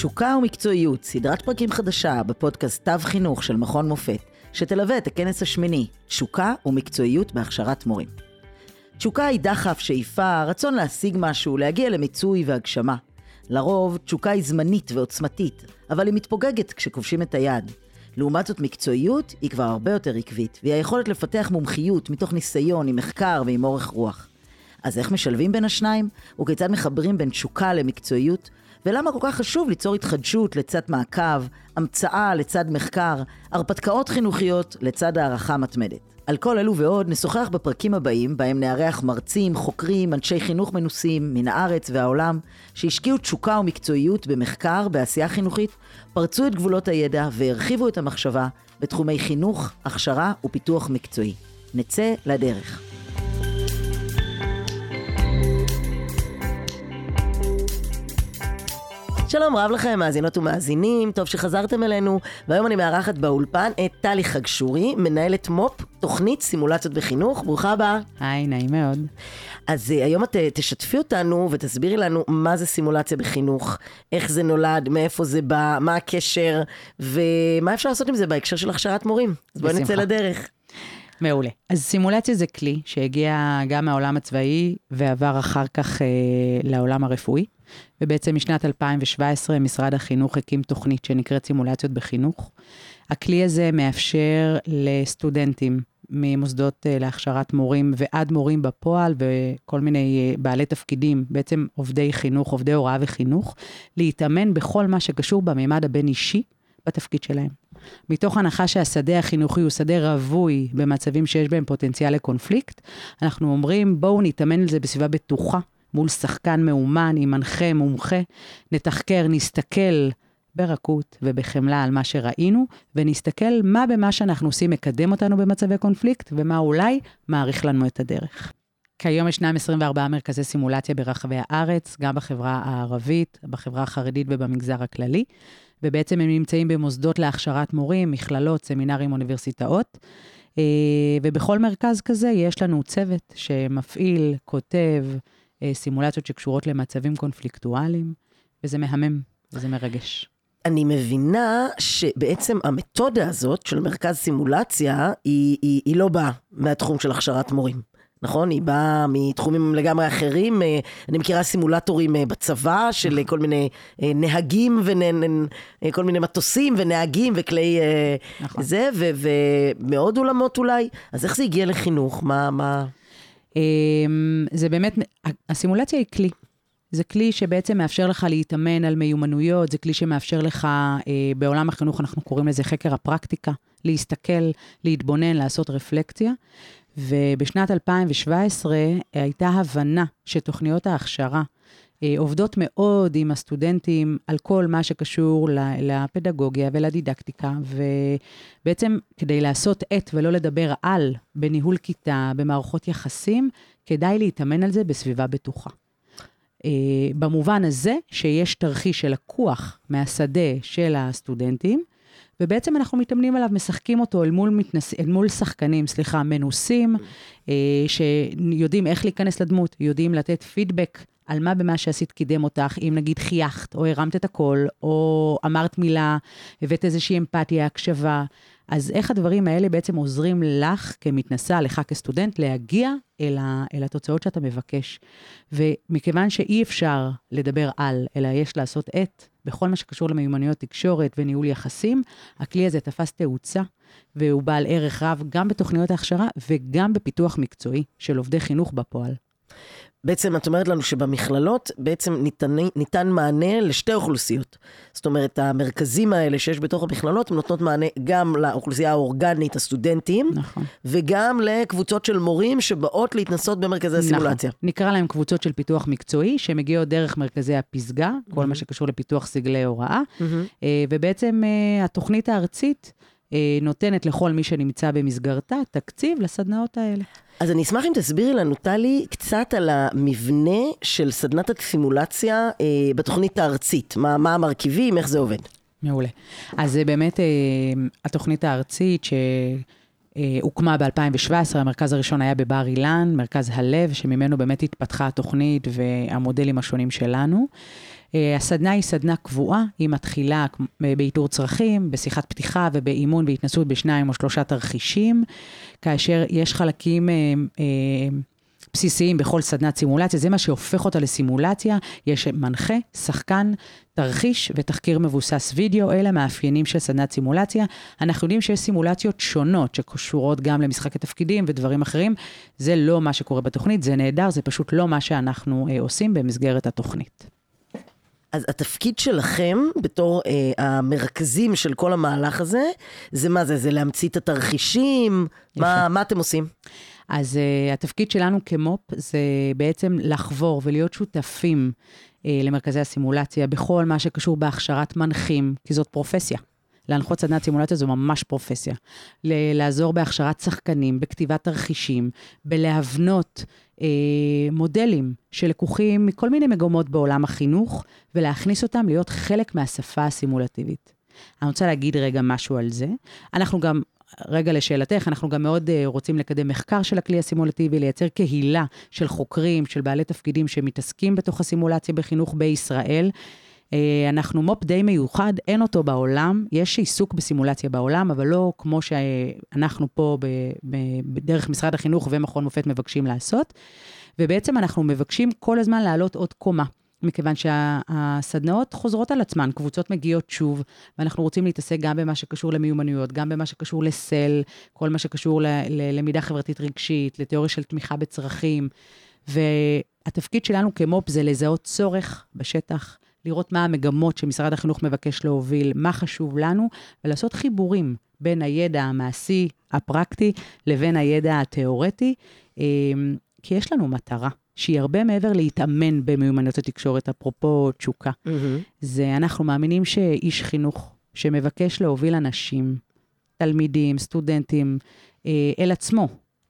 תשוקה ומקצועיות, סדרת פרקים חדשה בפודקאסט תו חינוך של מכון מופת, שתלווה את הכנס השמיני, תשוקה ומקצועיות בהכשרת מורים. תשוקה היא דחף, שאיפה, רצון להשיג משהו, להגיע למיצוי והגשמה. לרוב, תשוקה היא זמנית ועוצמתית, אבל היא מתפוגגת כשכובשים את היד. לעומת זאת, מקצועיות היא כבר הרבה יותר עקבית, והיא היכולת לפתח מומחיות מתוך ניסיון, עם מחקר ועם אורך רוח. אז איך משלבים בין השניים? וכיצד מחברים בין תשוקה למקצועיות? ולמה כל כך חשוב ליצור התחדשות לצד מעקב, המצאה לצד מחקר, הרפתקאות חינוכיות לצד הערכה מתמדת? על כל אלו ועוד נשוחח בפרקים הבאים, בהם נארח מרצים, חוקרים, אנשי חינוך מנוסים מן הארץ והעולם, שהשקיעו תשוקה ומקצועיות במחקר, בעשייה חינוכית, פרצו את גבולות הידע והרחיבו את המחשבה בתחומי חינוך, הכשרה ופיתוח מקצועי. נצא לדרך. שלום רב לכם, מאזינות ומאזינים, טוב שחזרתם אלינו, והיום אני מארחת באולפן את טלי חגשורי, מנהלת מופ, תוכנית סימולציות בחינוך. ברוכה הבאה. היי, נעים מאוד. אז היום את תשתפי אותנו ותסבירי לנו מה זה סימולציה בחינוך, איך זה נולד, מאיפה זה בא, מה הקשר, ומה אפשר לעשות עם זה בהקשר של הכשרת מורים. אז בואי נצא לדרך. מעולה. אז סימולציה זה כלי שהגיע גם מהעולם הצבאי ועבר אחר כך לעולם הרפואי. ובעצם משנת 2017 משרד החינוך הקים תוכנית שנקראת סימולציות בחינוך. הכלי הזה מאפשר לסטודנטים ממוסדות להכשרת מורים ועד מורים בפועל וכל מיני בעלי תפקידים, בעצם עובדי חינוך, עובדי הוראה וחינוך, להתאמן בכל מה שקשור בממד הבין אישי בתפקיד שלהם. מתוך הנחה שהשדה החינוכי הוא שדה רווי במצבים שיש בהם פוטנציאל לקונפליקט, אנחנו אומרים בואו נתאמן על זה בסביבה בטוחה, מול שחקן מאומן, עם מנחה, מומחה, נתחקר, נסתכל ברכות ובחמלה על מה שראינו, ונסתכל מה במה שאנחנו עושים מקדם אותנו במצבי קונפליקט, ומה אולי מעריך לנו את הדרך. כיום ישנם 24 מרכזי סימולציה ברחבי הארץ, גם בחברה הערבית, בחברה החרדית ובמגזר הכללי, ובעצם הם נמצאים במוסדות להכשרת מורים, מכללות, סמינרים, אוניברסיטאות, ובכל מרכז כזה יש לנו צוות שמפעיל, כותב, סימולציות שקשורות למצבים קונפליקטואליים, וזה מהמם, וזה מרגש. אני מבינה שבעצם המתודה הזאת של מרכז סימולציה, היא לא באה מהתחום של הכשרת מורים, נכון? היא באה מתחומים לגמרי אחרים. אני מכירה סימולטורים בצבא של כל מיני נהגים וכל מיני מטוסים ונהגים וכלי נכון. זה, ומאוד עולמות אולי. אז איך זה הגיע לחינוך? מה? זה באמת, הסימולציה היא כלי. זה כלי שבעצם מאפשר לך להתאמן על מיומנויות, זה כלי שמאפשר לך, בעולם החינוך אנחנו קוראים לזה חקר הפרקטיקה, להסתכל, להתבונן, לעשות רפלקציה, ובשנת 2017 הייתה הבנה שתוכניות ההכשרה עובדות מאוד עם הסטודנטים על כל מה שקשור לפדגוגיה ולדידקטיקה, ובעצם כדי לעשות ולא לדבר על בניהול כיתה, במערכות יחסים, כדאי להתאמן על זה בסביבה בטוחה. במובן הזה שיש תרחיש שלקוח מהשדה של הסטודנטים, ובעצם אנחנו מתאמנים עליו, משחקים אותו אל מול שחקנים, מנוסים, שיודעים איך להיכנס לדמות, יודעים לתת פידבק על מה במה שעשית קידם אותך, אם נגיד חייכת, או הרמת את הכל, או אמרת מילה, הבאת איזושהי אמפתיה, הקשבה, אז איך הדברים האלה בעצם עוזרים לך כמתנסה, לך כסטודנט, להגיע אל התוצאות שאתה מבקש. ומכיוון שאי אפשר לדבר על, אלא יש לעשות בכל מה שקשור למיומנויות תקשורת וניהול יחסים, הכלי הזה תפס תאוצה, והוא בעל ערך רב גם בתוכניות ההכשרה, וגם בפיתוח מקצועי של עובדי חינוך בפועל. בעצם את אומרת לנו שבמכללות בעצם ניתן מענה לשתי אוכלוסיות. זאת אומרת, המרכזים האלה שיש בתוך המכללות, הם נותנות מענה גם לאוכלוסייה האורגנית, הסטודנטים, נכון. וגם לקבוצות של מורים שבאות להתנסות במרכזי הסימולציה. נכון. נקרא להם קבוצות של פיתוח מקצועי, שמגיעות דרך מרכזי הפסגה, כל מה שקשור לפיתוח סגלי הוראה, ובעצם התוכנית הארצית נותנת לכל מי שנמצא במסגרתה תקציב לסדנאות האלה. אז אני אשמח אם תסבירי לנו, טלי, קצת על המבנה של סדנת הסימולציה בתוכנית הארצית. מה המרכיבים, איך זה עובד? מעולה. אז זה באמת התוכנית הארצית שהוקמה ב-2017, המרכז הראשון היה בבר אילן, מרכז הלב, שממנו באמת התפתחה התוכנית והמודלים השונים שלנו. הסדנה היא סדנה קבועה, היא מתחילה באיתור צרכים, בשיחת פתיחה ובאימון והתנסות בשניים או שלושה תרחישים, כאשר יש חלקים בסיסיים בכל סדנת סימולציה, זה מה שהופך אותה לסימולציה, יש מנחה, שחקן, תרחיש ותחקיר מבוסס וידאו, אלה מאפיינים של סדנת סימולציה. אנחנו יודעים שיש סימולציות שונות שקשורות גם למשחק התפקידים ודברים אחרים, זה לא מה שקורה בתוכנית, זה נהדר, זה פשוט לא מה שאנחנו עושים במסגרת התוכנית. אז התפקיד שלכם, בתור המרכזים של כל המהלך הזה, זה מה זה? זה להמציא את התרחישים? מה אתם עושים? אז התפקיד שלנו כמופ זה בעצם לחבור ולהיות שותפים למרכזי הסימולציה, בכל מה שקשור בהכשרת מנחים, כי זאת פרופסיה. להנחות סדנת סימולציה זו ממש פרופסיה. לעזור בהכשרת שחקנים, בכתיבת תרחישים, בלהבנות מודלים שלקוחים מכל מיני מגמות בעולם החינוך, ולהכניס אותם להיות חלק מהשפה הסימולטיבית. אני רוצה להגיד רגע משהו על זה. אנחנו גם, רגע לשאלתך, אנחנו גם מאוד רוצים לקדם מחקר של הכלי הסימולטיבי, לייצר קהילה של חוקרים, של בעלי תפקידים שמתעסקים בתוך הסימולציה בחינוך בישראל. אנחנו מופ די מיוחד, אין אותו בעולם, יש עיסוק בסימולציה בעולם, אבל לא כמו שאנחנו פה בדרך משרד החינוך ומכון מופת מבקשים לעשות, ובעצם אנחנו מבקשים כל הזמן לעלות עוד קומה, מכיוון שהסדנאות חוזרות על עצמן, קבוצות מגיעות שוב, ואנחנו רוצים להתעסק גם במה שקשור למיומנויות, גם במה שקשור לסל, כל מה שקשור ללמידה חברתית רגשית, לתיאוריה של תמיכה בצרכים, והתפקיד שלנו כמופ זה לזהות צורך בשטח, לראות מה המגמות שמשרד החינוך מבקש להוביל, מה חשוב לנו, ולעשות חיבורים בין הידע המעשי, הפרקטי, לבין הידע התיאורטי, כי יש לנו מטרה, שהיא הרבה מעבר להתאמן במיומנויות התקשורת, אפרופו תשוקה. זה אנחנו מאמינים שאיש חינוך, שמבקש להוביל אנשים, תלמידים, סטודנטים, אל עצמו,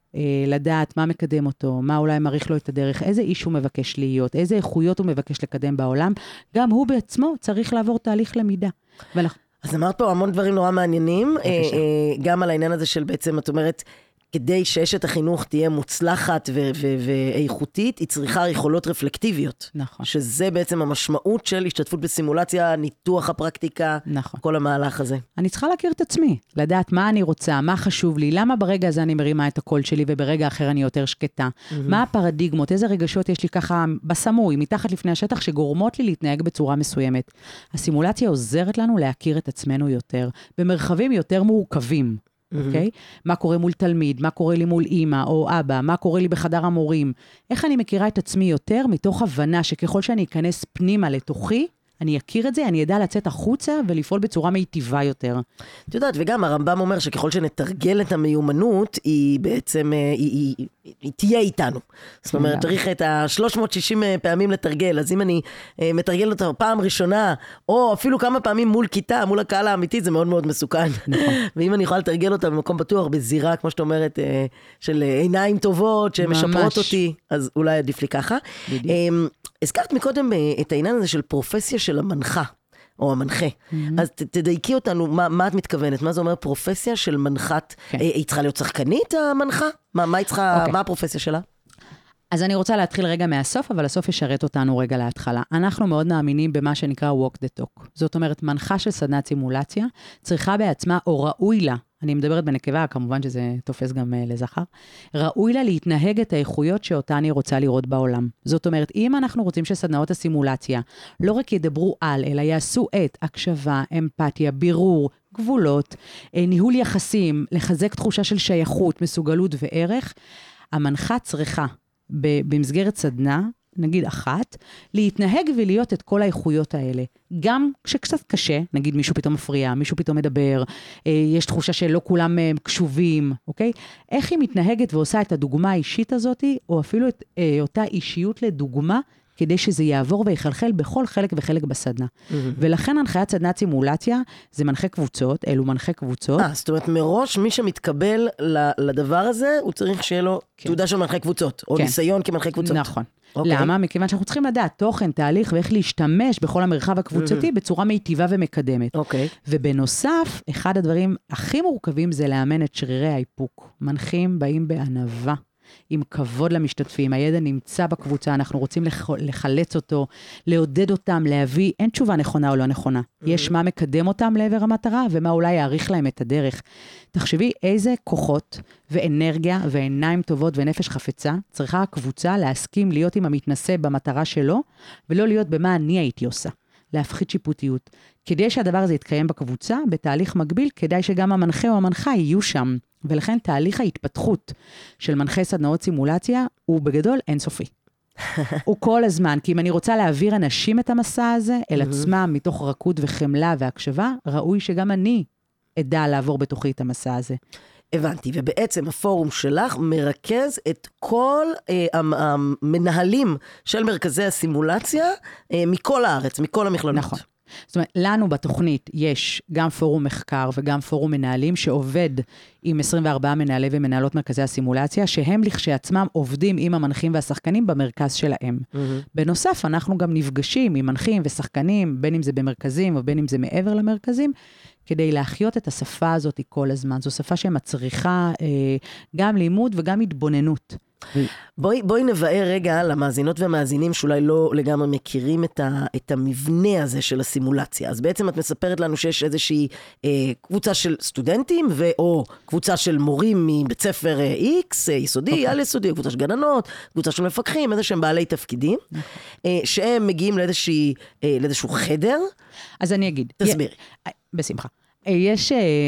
לדעת מה מקדם אותו, מה אולי מעריך לו את הדרך, איזה איש הוא מבקש להיות, איזה איכויות הוא מבקש לקדם בעולם, גם הוא בעצמו צריך לעבור תהליך למידה. אז אמרת פה המון דברים נורא מעניינים, גם על העניין הזה של בעצם, את אומרת, כדי שאשת החינוך תהיה מוצלחת ואיכותית, היא צריכה יכולות רפלקטיביות. נכון. שזה בעצם המשמעות של השתתפות בסימולציה, ניתוח הפרקטיקה, נכון. כל המהלך הזה. אני צריכה להכיר את עצמי, לדעת מה אני רוצה, מה חשוב לי, למה ברגע הזה אני מרימה את הקול שלי, וברגע אחר אני יותר שקטה. מה הפרדיגמות, איזה רגשות יש לי ככה בסמוי, מתחת לפני השטח, שגורמות לי להתנהג בצורה מסוימת. הסימולציה עוזרת לנו להכיר את עצמנו יותר, במרחבים יותר מורכבים. אוקיי? מה קורה מול תלמיד, מה קורה לי מול אמא או אבא, מה קורה לי בחדר המורים, איך אני מכירה את עצמי יותר מתוך הבנה שככל שאני אכנס פנימה לתוכי, אני אכיר את זה, אני ידע לצאת החוצה ולפעול בצורה מיטיבה יותר. את יודעת, וגם הרמב"ם אומר שככל שנתרגל את המיומנות, היא בעצם, היא תהיה איתנו. זאת אומרת, צריך את ה-360 פעמים לתרגל, אז אם אני מתרגל אותה פעם ראשונה, או אפילו כמה פעמים מול כיתה, מול הקהל האמיתי, זה מאוד מאוד מסוכן. נכון. ואם אני יכולה לתרגל אותה במקום בטוח, בזירה, כמו שאת אומרת, של עיניים טובות, שמשפרות אותי, אז אולי עדיף לי ככה. הזכרת מקודם את העניין הזה של פרופסיה של המנחה, או המנחה. אז תדייקי אותנו, מה את מתכוונת? מה זה אומר פרופסיה של מנחת? היא צריכה להיות שחקנית, המנחה? מה הפרופסיה שלה? אז אני רוצה להתחיל רגע מהסוף, אבל הסוף ישרת אותנו רגע להתחלה. אנחנו מאוד מאמינים במה שנקרא walk the talk. זאת אומרת, מנחה של סדנת סימולציה, צריכה בעצמה, או ראוי לה, אני מדברת בנקבה, כמובן שזה תופס גם לזכר, ראוי לה להתנהג את האיכויות שאותה אני רוצה לראות בעולם. זאת אומרת, אם אנחנו רוצים שסדנאות הסימולציה לא רק ידברו על, אלא יעשו את הקשבה, אמפתיה, בירור, גבולות, ניהול יחסים, לחזק תחושה של שייכות, מסוגלות וערך, המנחה צריכה במסגרת סדנה, נגיד אחת, להתנהג ולהיות את כל האיכויות האלה. גם כשקצת קשה, נגיד מישהו פתאום מפריע, מישהו פתאום מדבר, יש תחושה שלא כולם קשובים, אוקיי? איך היא מתנהגת ועושה את הדוגמה האישית הזאת, או אפילו את אותה אישיות לדוגמה, כדי שזה יעבור ויחלחל בכל חלק וחלק בסדנה. ולכן הנחיית סדנת סימולציה, זה מנחה קבוצות, אלו מנחה קבוצות. זאת אומרת, מראש מי שמתקבל לדבר הזה, הוא צריך שיהיה לו תעודה של מנחה קבוצות, או ניסיון כמנחה קבוצות. נכון. למה? מכיוון שאנחנו צריכים לדעת תוכן, תהליך, ואיך להשתמש בכל המרחב הקבוצתי בצורה מיטיבה ומקדמת. ובנוסף, אחד הדברים הכי מורכבים זה לאמן את שרירי האיפוק. מנחים באים בענווה. עם כבוד למשתתפים, הידע נמצא בקבוצה, אנחנו רוצים לחלץ אותו, לעודד אותם, להביא, אין תשובה נכונה או לא נכונה. יש מה מקדם אותם לעבר המטרה, ומה אולי יעריך להם את הדרך. תחשבי איזה כוחות ואנרגיה ועיניים טובות ונפש חפצה צריכה הקבוצה להסכים להיות עם המתנסה במטרה שלו, ולא להיות במה אני הייתי עושה. להפחית שיפוטיות. כדי שהדבר הזה יתקיים בקבוצה, בתהליך מקביל, כדאי שגם המנחה או המנחה יהיו שם. ולכן תהליך ההתפתחות של מנחה סדנאות סימולציה, הוא בגדול אינסופי. הוא כל הזמן, כי אם אני רוצה להעביר אנשים את המסע הזה, אל עצמם, מתוך רכות וחמלה והקשבה, ראוי שגם אני אדע לעבור בתוכי את המסע הזה. הבנתי, ובעצם הפורום שלך מרכז את כל המנהלים של מרכזי הסימולציה מכל הארץ, מכל המכללות. נכון. זאת אומרת, לנו בתוכנית יש גם פורום מחקר וגם פורום מנהלים שעובד עם 24 מנהלי ומנהלות מרכזי הסימולציה, שהם לכשעצמם עובדים עם המנחים והשחקנים במרכז שלהם. בנוסף, אנחנו גם נפגשים עם מנחים ושחקנים, בין אם זה במרכזים או בין אם זה מעבר למרכזים, כדי להחיות את השפה הזאת כל הזמן. זו שפה שמצריכה גם לימוד וגם התבוננות. בואי נבאר רגע למאזינות והמאזינים שאולי לא לגמרי מכירים את המבנה הזה של הסימולציה. אז בעצם את מספרת לנו שיש איזושהי קבוצה של סטודנטים או קבוצה של מורים מבית ספר X, יסודי, על יסודי, קבוצה של גננות, קבוצה של מפקחים, איזה שהם בעלי תפקידים, שהם מגיעים לאיזשהו חדר. אז אני אגיד. תסבירי. בשמחה. יש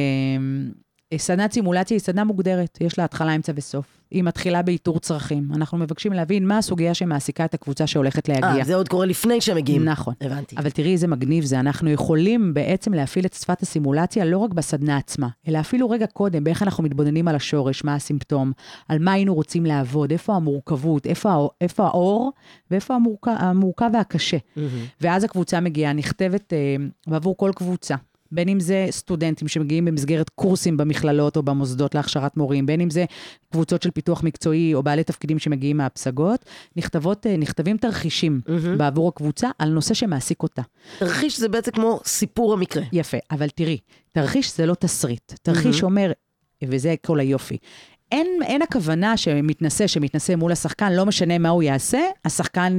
סדנת סימולציה, היא סדנה מוגדרת, יש לה התחלה, אמצע וסוף. היא מתחילה באיתור צרכים. אנחנו מבקשים להבין מה הסוגיה שמעסיקה את הקבוצה שהולכת להגיע. זה עוד קורה לפני שהם מגיעים. נכון. הבנתי. אבל תראי איזה מגניב זה. אנחנו יכולים בעצם להפעיל את שפת הסימולציה לא רק בסדנה עצמה, אלא אפילו רגע קודם, באיך אנחנו מתבוננים על השורש, מה הסימפטום, על מה היינו רוצים לעבוד, איפה המורכבות, איפה האור, ואיפה המורכב והקשה. ואז הקבוצה מגיעה, נכתבת בעבור כל קבוצה. בין אם זה סטודנטים שמגיעים במסגרת קורסים במכללות או במוסדות להכשרת מורים, בין אם זה קבוצות של פיתוח מקצועי או בעלי תפקידים שמגיעים מהפסגות, נכתבים תרחישים בעבור הקבוצה על נושא שמעסיק אותה. תרחיש זה בעצם כמו סיפור המקרה. יפה, אבל תראי, תרחיש זה לא תסריט. תרחיש אומר, וזה כל היופי, אין הכוונה שמתנסה מול השחקן, לא משנה מה הוא יעשה, השחקן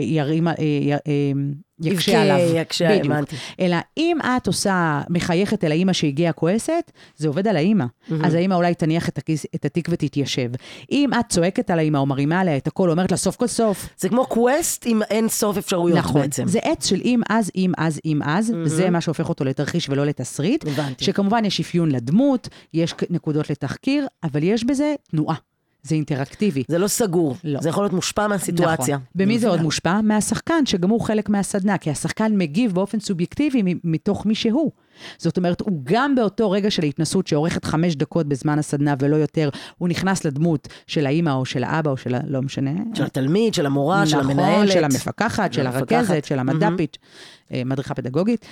יקשה עליו. בדיוק. אלא אם את מחייכת אל האמא שהגיעה כועסת, זה עובד על האמא. אז האמא אולי תניח את התיק ותתיישב. אם את צועקת על האמא או מרימה עליה את הכל, אומרת לה סוף כל סוף. זה כמו קווסט עם אין סוף אפשרויות בעצם. נכון. זה עץ של אם אז, זה מה שהופך אותו לתרחיש ולא לתסריט. שכמובן יש אפיון לדמות, יש נקודות לתחקיר, אבל יש בזה תנועה. זה אינטראקטיבי. זה לא סגור. לא. זה יכול להיות מושפע מהסיטואציה. נכון. במי זה עוד מושפע? מהשחקן, שגם הוא חלק מהסדנה, כי השחקן מגיב באופן סובייקטיבי מתוך מי שהוא. זאת אומרת, הוא גם באותו רגע של ההתנסות שעורכת 5 דקות בזמן הסדנה ולא יותר, הוא נכנס לדמות של האמא או של האבא או של לא משנה. של התלמיד, של המורה, של המנהלת. נכון, של המפקחת, של הרכזת, של המדפית, מדריכה פדגוגית.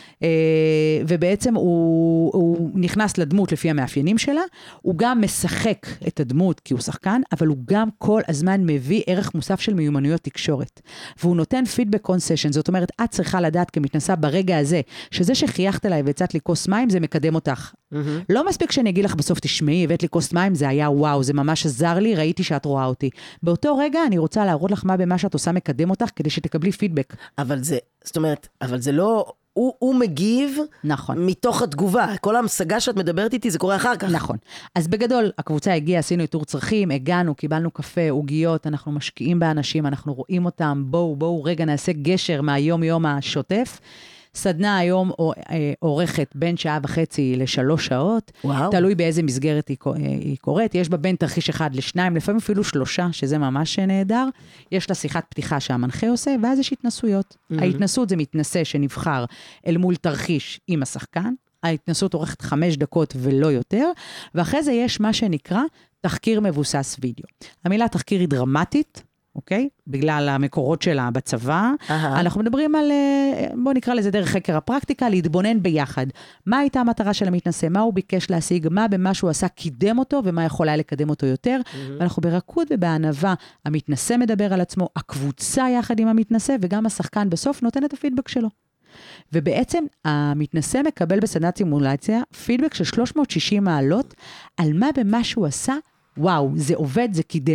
ובעצם הוא נכנס לדמות לפי המאפיינים שלה, הוא גם משחק את הדמות כי הוא שחקן, אבל הוא גם כל הזמן מביא ערך מוסף של מיומנויות תקשורת. והוא נותן פידבק קונסשן, זאת אומרת, את צריכה לדעת כמתנסה ברגע הזה, שזה שחייכת אליי והצעת לי כוס מים, זה מקדם אותך. לא מספיק שאני אגיד לך בסוף, תשמעי, הבאת לי כוס מים, זה היה וואו, זה ממש עזר לי, ראיתי שאת רואה אותי. באותו רגע אני רוצה להראות לך מה במה שאת עושה מקדם אותך, כדי שתקבלי פידבק. אבל זה, זאת אומרת, אבל זה לא, הוא מגיב נכון. מתוך התגובה. כל המשגה שאת מדברת איתי, זה קורה אחר כך. נכון. אז בגדול, הקבוצה הגיעה, עשינו איתור צרכים, הגענו, קיבלנו קפה, עוגיות, אנחנו משקיעים באנשים, אנחנו רואים אותם, בואו רגע נעשה גשר מהיום השוטף. סדנה היום עורכת בין 1.5 ל3 שעות, וואו. תלוי באיזה מסגרת היא קורית, יש בה בין תרחיש 1 ל2, לפעמים אפילו 3, שזה ממש נהדר, יש לה שיחת פתיחה שהמנחה עושה, ואז יש התנסויות. ההתנסות זה מתנסה שנבחר אל מול תרחיש עם השחקן, ההתנסות עורכת 5 דקות ולא יותר, ואחרי זה יש מה שנקרא תחקיר מבוסס וידאו. המילה תחקיר היא דרמטית, אוקיי? בגלל המקורות שלה בצבא. אנחנו מדברים על, בוא נקרא לזה דרך חקר הפרקטיקה, להתבונן ביחד. מה הייתה המטרה של המתנסה? מה הוא ביקש להשיג? מה במה שהוא עשה קידם אותו, ומה יכול היה לקדם אותו יותר? ואנחנו ברכות ובענווה, המתנסה מדבר על עצמו, הקבוצה יחד עם המתנסה, וגם השחקן בסוף נותן את הפידבק שלו. ובעצם המתנסה מקבל בסדנת סימולציה פידבק של 360 מעלות, על מה במה שהוא עשה, וואו, זה עובד, זה קידם.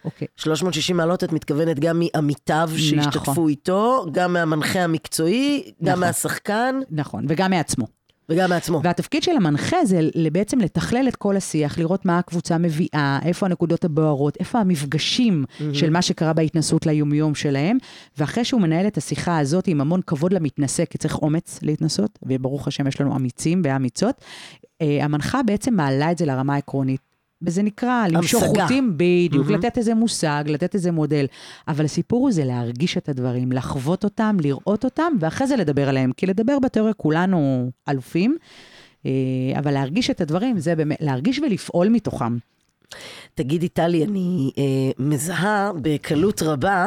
אוקיי. 360 מעלות, את מתכוונת גם מעמיתיו שהשתתפו איתו, גם מהמנחה המקצועי, גם מהשחקן. נכון, וגם מעצמו. וגם מעצמו. והתפקיד של המנחה זה בעצם לתכלל את כל השיח, לראות מה הקבוצה מביאה, איפה הנקודות הבוערות, איפה המפגשים של מה שקרה בהתנסות ליומיום שלהם, ואחרי שהוא מנהל את השיחה הזאת עם המון כבוד למתנסה, כי צריך אומץ להתנסות, וברוך השם יש לנו אמיצים ואמיצות, המנחה בעצם מעלה את זה לרמה העקרונית. וזה נקרא למשוך חוטים בדיוק, לתת איזה מושג, לתת איזה מודל. אבל הסיפור הוא זה להרגיש את הדברים, לחוות אותם, לראות אותם, ואחרי זה לדבר עליהם. כי לדבר בתיאוריה כולנו אלופים, אבל להרגיש את הדברים, זה באמת, להרגיש ולפעול מתוכם. תגידי, טלי, אני מזהה בקלות רבה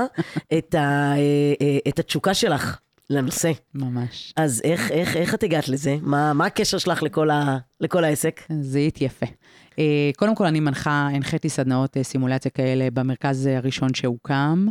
את התשוקה שלך לנושא. ממש. אז איך את הגעת לזה? מה הקשר שלך לכל העסק? זה יפה. קודם כל אני הנחיתי סדנאות סימולציה כאלה במרכז הראשון שהוקם,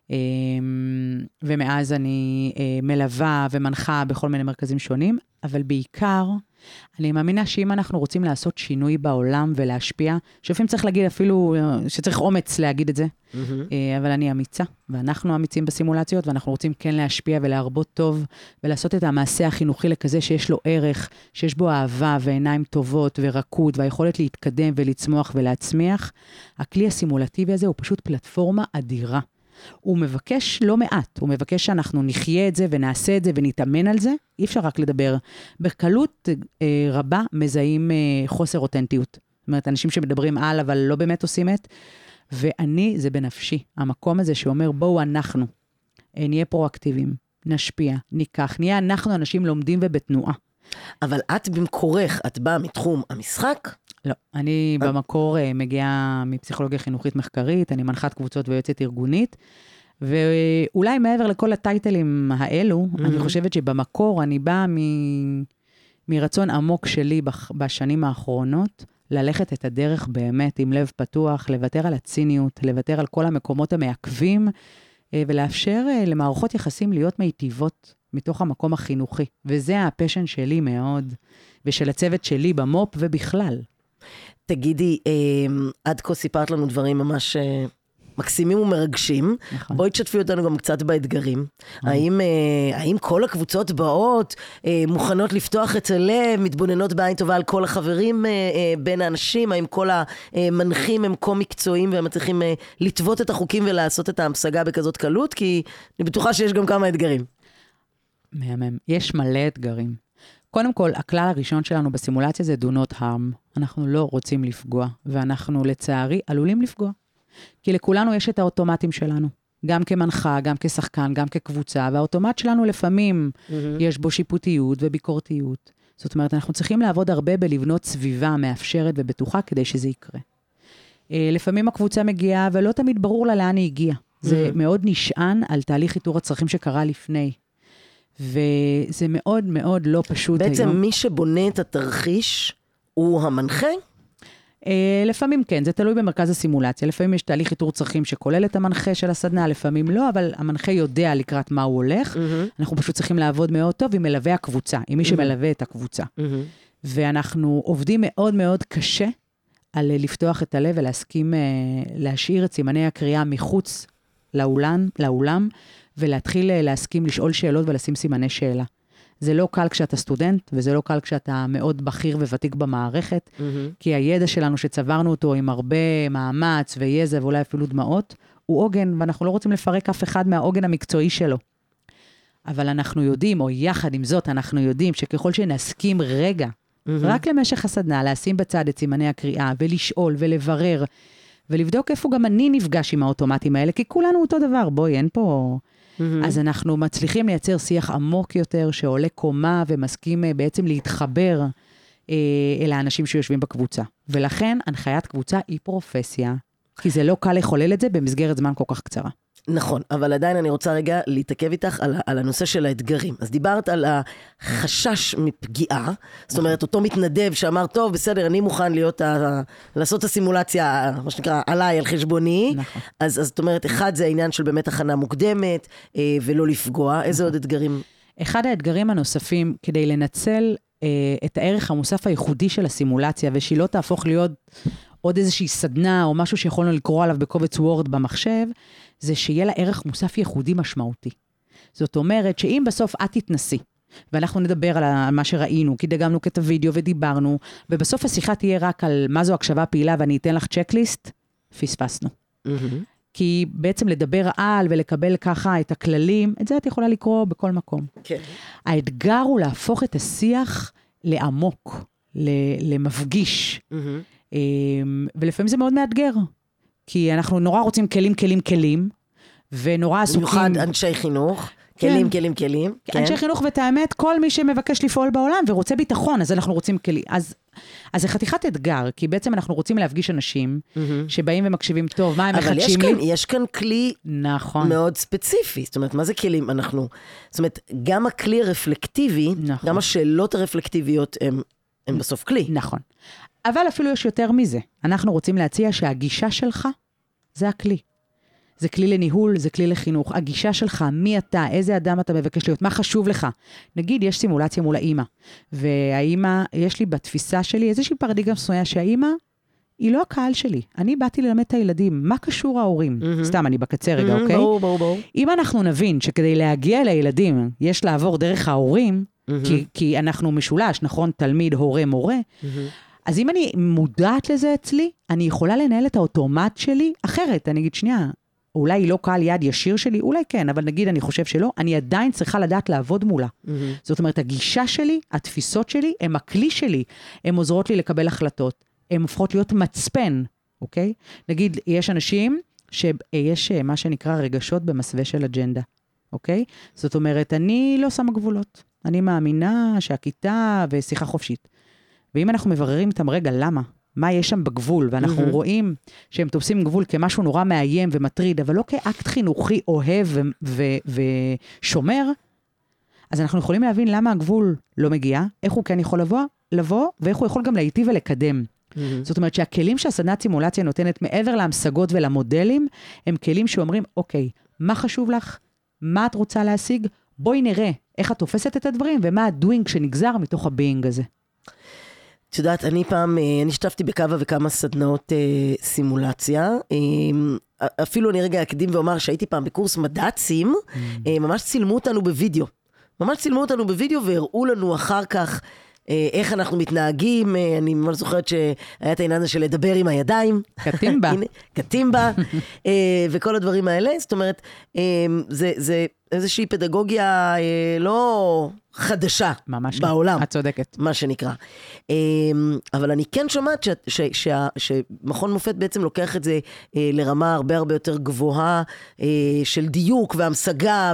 ומאז אני מלווה ומנחה בכל מיני מרכזים שונים, אבל בעיקר אני מאמינה שאם אנחנו רוצים לעשות שינוי בעולם ולהשפיע, שלפעמים צריך להגיד אפילו שצריך אומץ להגיד את זה, אבל אני אמיצה, ואנחנו אמיצים בסימולציות, ואנחנו רוצים כן להשפיע ולהרבות טוב, ולעשות את המעשה החינוכי לכזה שיש לו ערך, שיש בו אהבה ועיניים טובות ורקות, והיכולת להתקדם ולצמוח ולהצמיח. הכלי הסימולטיבי הזה הוא פשוט פלטפורמה אדירה. הוא מבקש לא מעט, הוא מבקש שאנחנו נחיה את זה ונעשה את זה ונתאמן על זה, אי אפשר רק לדבר. בקלות רבה מזהים חוסר אותנטיות. זאת אומרת, אנשים שמדברים על אבל לא באמת עושים את, ואני זה בנפשי, המקום הזה שאומר בואו אנחנו, נהיה פרואקטיביים, נשפיע, ניקח, נהיה אנחנו אנשים לומדים ובתנועה. אבל את במקורך, את באה מתחום המשחק? לא, אני במקור מגיעה מפסיכולוגיה חינוכית מחקרית, אני מנחת קבוצות ויועצת ארגונית, ואולי מעבר לכל הטייטלים האלו, אני חושבת שבמקור אני באה מרצון עמוק שלי בשנים האחרונות, ללכת את הדרך באמת עם לב פתוח, לוותר על הציניות, לוותר על כל המקומות המעכבים, ולאפשר למערכות יחסים להיות מיטיבות מתוך המקום החינוכי. וזה הפשן שלי מאוד, ושל הצוות שלי במופ ובכלל. תגידי, עד כה סיפרת לנו דברים ממש מקסימים ומרגשים. נכון. בואי תשתפי אותנו גם קצת באתגרים. האם כל הקבוצות באות מוכנות לפתוח את הלב, מתבוננות בעין טובה על כל החברים בין האנשים? האם כל המנחים הם כה מקצועיים והם צריכים לטוות את החוקים ולעשות את ההמשגה בכזאת קלות? כי אני בטוחה שיש גם כמה אתגרים. מהמם. יש מלא אתגרים. קודם כל, הכלל הראשון שלנו בסימולציה זה do not harm. אנחנו לא רוצים לפגוע, ואנחנו לצערי עלולים לפגוע. כי לכולנו יש את האוטומטים שלנו. גם כמנחה, גם כשחקן, גם כקבוצה, והאוטומט שלנו לפעמים יש בו שיפוטיות וביקורתיות. זאת אומרת, אנחנו צריכים לעבוד הרבה בלבנות סביבה מאפשרת ובטוחה כדי שזה יקרה. לפעמים הקבוצה מגיעה, ולא תמיד ברור לה לאן היא הגיעה. זה מאוד נשען על תהליך איתור הצרכים שקרה לפני. וזה מאוד מאוד לא פשוט בעצם היום. מי שבונה את התרחיש הוא המנחה? לפעמים כן, זה תלוי במרכז הסימולציה. לפעמים יש תהליך איתור צרכים שכולל את המנחה של הסדנה, לפעמים לא, אבל המנחה יודע לקראת מה הוא הולך. אנחנו פשוט צריכים לעבוד מאוד טוב עם מלווה הקבוצה, עם מי שמלווה את הקבוצה. ואנחנו עובדים מאוד מאוד קשה על לפתוח את הלב ולהסכים להשאיר את סימני הקריאה מחוץ לאולם, ולהתחיל להסכים לשאול שאלות ולשים סימני שאלה. זה לא קל כשאתה סטודנט, וזה לא קל כשאתה מאוד בכיר וותיק במערכת, כי הידע שלנו שצברנו אותו עם הרבה מאמץ ויזע ואולי אפילו דמעות, הוא עוגן, ואנחנו לא רוצים לפרק אף אחד מהעוגן המקצועי שלו. אבל אנחנו יודעים, או יחד עם זאת, אנחנו יודעים שככל שנסכים רגע, רק למשך הסדנה, לשים בצד את סימני הקריאה, ולשאול ולברר, ולבדוק איפה גם אני נפגש עם האוטומטים האלה, כי כולנו אותו דבר, בואי, אין פה... אז אנחנו מצליחים לייצר שיח עמוק יותר, שעולה קומה ומסכים בעצם להתחבר אל האנשים שיושבים בקבוצה. ולכן הנחיית קבוצה היא פרופסיה, כי זה לא קל לחולל את זה במסגרת זמן כל כך קצרה. נכון, אבל עדיין אני רוצה רגע להתעכב איתך על הנושא של האתגרים. אז דיברת על החשש מפגיעה, זאת אומרת, אותו מתנדב שאמר, טוב, בסדר, אני מוכן לעשות את הסימולציה, מה שנקרא, עליי, על חשבוני. נכון. אז זאת אומרת, אחד זה העניין של באמת הכנה מוקדמת, ולא לפגוע. איזה עוד אתגרים? אחד האתגרים הנוספים, כדי לנצל את הערך המוסף הייחודי של הסימולציה, ושהיא לא תהפוך להיות עוד איזושהי סדנה, או משהו שיכולנו לקרוא עליו בקובץ וורד במחשב, זה שיהיה לה ערך מוסף ייחודי משמעותי. זאת אומרת, שאם בסוף את תתנסי, ואנחנו נדבר על מה שראינו, כי דגמנו את הוידאו ודיברנו, ובסוף השיחה תהיה רק על מה זו הקשבה פעילה, ואני אתן לך צ'קליסט, פספסנו. כי בעצם לדבר על ולקבל ככה את הכללים, את זה את יכולה לקרוא בכל מקום. כן. האתגר הוא להפוך את השיח לעמוק, למפגיש. ולפעמים זה מאוד מאתגר. כי אנחנו נורא רוצים כלים, ונורא עסוקים. במיוחד אנשי חינוך. כלים. אנשי חינוך ואת האמת, כל מי שמבקש לפעול בעולם ורוצה ביטחון, אז אנחנו רוצים כלים. אז זה חתיכת אתגר, כי בעצם אנחנו רוצים להפגיש אנשים שבאים ומקשיבים טוב, מה הם מחדשים לי? אבל יש כאן כלי מאוד ספציפי. זאת אומרת, מה זה כלים? זאת אומרת, גם הכלי הרפלקטיבי, גם השאלות הרפלקטיביות הם בסוף כלי. נכון. אבל אפילו יש יותר מזה. אנחנו רוצים להציע שהגישה שלך זה הכלי. זה כלי לניהול, זה כלי לחינוך. הגישה שלך, מי אתה, איזה אדם אתה מבקש להיות, מה חשוב לך? נגיד, יש סימולציה מול האמא, והאמא, יש לי בתפיסה שלי איזושהי פרדיגמה מסוימת שהאמא היא לא הקהל שלי. אני באתי ללמד את הילדים. מה קשור ההורים? סתם, אני בקצה רגע, אוקיי? ברור. אם אנחנו נבין שכדי להגיע לילדים, יש לעבור דרך ההורים, כי אנחנו משולש, נכון? תלמיד, הורה, מורה. אז אם אני מודעת לזה אצלי, אני יכולה לנהל את האוטומט שלי אחרת. אני אגיד, שנייה, אולי לא קהל יד ישיר שלי, אולי כן, אבל נגיד אני חושב שלא, אני עדיין צריכה לדעת לעבוד מולה. זאת אומרת, הגישה שלי, התפיסות שלי, הם הכלי שלי, הם עוזרות לי לקבל החלטות, הם הופכות להיות מצפן, אוקיי? נגיד, יש אנשים שיש מה שנקרא רגשות במסווה של אג'נדה, אוקיי? זאת אומרת, אני לא שמה גבולות, אני מאמינה שהכיתה ושיחה חופשית. ואם אנחנו מבררים איתם רגע, למה? מה יש שם בגבול, ואנחנו רואים שהם תופסים גבול כמשהו נורא מאיים ומטריד, אבל לא כאקט חינוכי אוהב ושומר, אז אנחנו יכולים להבין למה הגבול לא מגיע, איך הוא כן יכול לבוא, ואיך הוא יכול גם להיטיב ולקדם. זאת אומרת שהכלים שהסדנת סימולציה נותנת מעבר להמשגות ולמודלים, הם כלים שאומרים, אוקיי, מה חשוב לך? מה את רוצה להשיג? בואי נראה איך את תופסת את הדברים, ומה הדוינג שנגזר מתוך הביינג הזה. את יודעת, אני השתתפתי בכמה וכמה סדנאות סימולציה, אפילו אני רגע אקדים ואומר שהייתי פעם בקורס מד"צים, ממש צילמו אותנו בווידאו, והראו לנו אחר כך איך אנחנו מתנהגים. אני ממש זוכרת שהיה את העניין של לדבר עם הידיים. קטימבה, וכל הדברים האלה. זאת אומרת, זה איזושהי פדגוגיה לא חדשה בעולם. את צודקת. מה שנקרא. אבל אני כן שומעת שמכון מופת בעצם לוקח את זה לרמה הרבה הרבה יותר גבוהה של דיוק והמשגה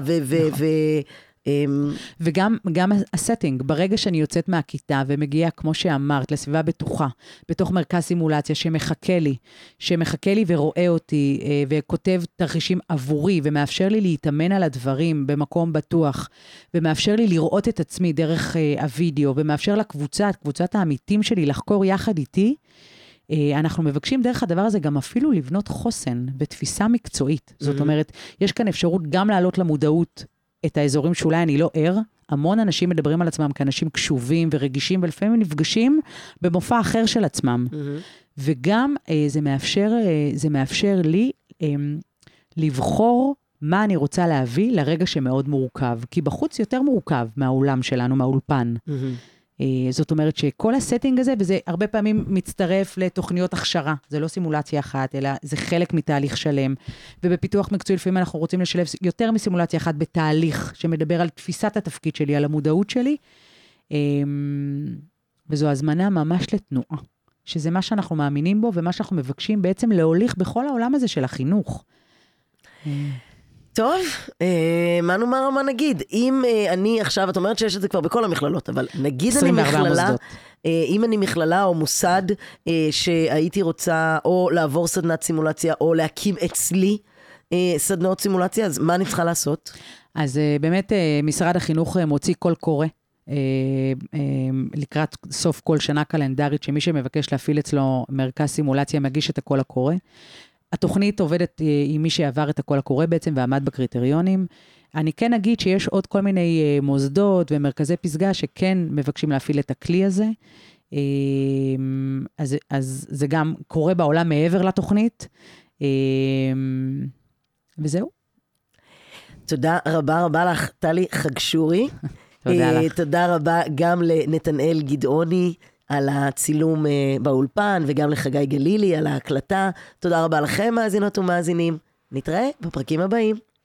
וגם הסטינג, ברגע שאני יוצאת מהכיתה ומגיעה, כמו שאמרת, לסביבה בטוחה, בתוך מרכז סימולציה שמחכה לי ורואה אותי, וכותב תרחישים עבורי, ומאפשר לי להתאמן על הדברים במקום בטוח, ומאפשר לי לראות את עצמי דרך הוידאו, ומאפשר לקבוצת העמיתים שלי לחקור יחד איתי, אנחנו מבקשים דרך הדבר הזה גם אפילו לבנות חוסן ותפיסה מקצועית. זאת אומרת, יש כאן אפשרות גם לעלות למודעות את האזורים שאולי אני לא ער. המון אנשים מדברים על עצמם כאנשים קשובים ורגישים, ולפעמים נפגשים במופע אחר של עצמם. וגם זה מאפשר לי לבחור מה אני רוצה להביא לרגע שמאוד מורכב. כי בחוץ יותר מורכב מהאולם שלנו, מהאולפן. זאת אומרת שכל הסטינג הזה, וזה הרבה פעמים מצטרף לתוכניות הכשרה, זה לא סימולציה אחת, אלא זה חלק מתהליך שלם, ובפיתוח מקצועי לפעמים אנחנו רוצים לשלב יותר מסימולציה אחת בתהליך, שמדבר על תפיסת התפקיד שלי, על המודעות שלי, וזו הזמנה ממש לתנועה, שזה מה שאנחנו מאמינים בו, ומה שאנחנו מבקשים בעצם להוליך בכל העולם הזה של החינוך. טוב, מה נאמר או מה נגיד? אם אני עכשיו, את אומרת שיש את זה כבר בכל המכללות, אבל נגיד אני מכללה, אם אני מכללה או מוסד שהייתי רוצה או לעבור סדנת סימולציה, או להקים אצלי סדנות סימולציה, אז מה אני צריכה לעשות? אז באמת משרד החינוך מוציא קול קורא, לקראת סוף כל שנה קלנדרית, שמי שמבקש להפעיל אצלו מרכז סימולציה מגיש את הקול הקורא. התוכנית עובדת עם מי שעבר את הקול הקורא בעצם ועמד בקריטריונים. אני כן אגיד שיש עוד כל מיני מוסדות ומרכזי פסגה שכן מבקשים להפעיל את הכלי הזה. אז זה גם קורה בעולם מעבר לתוכנית, וזהו. תודה רבה רבה לך, טלי חגשורי. תודה לך. תודה רבה גם לנתנאל גדעוני על הצילום באולפן, וגם לחגי גלילי על ההקלטה. תודה רבה לכם, מאזינות ומאזינים. נתראה בפרקים הבאים.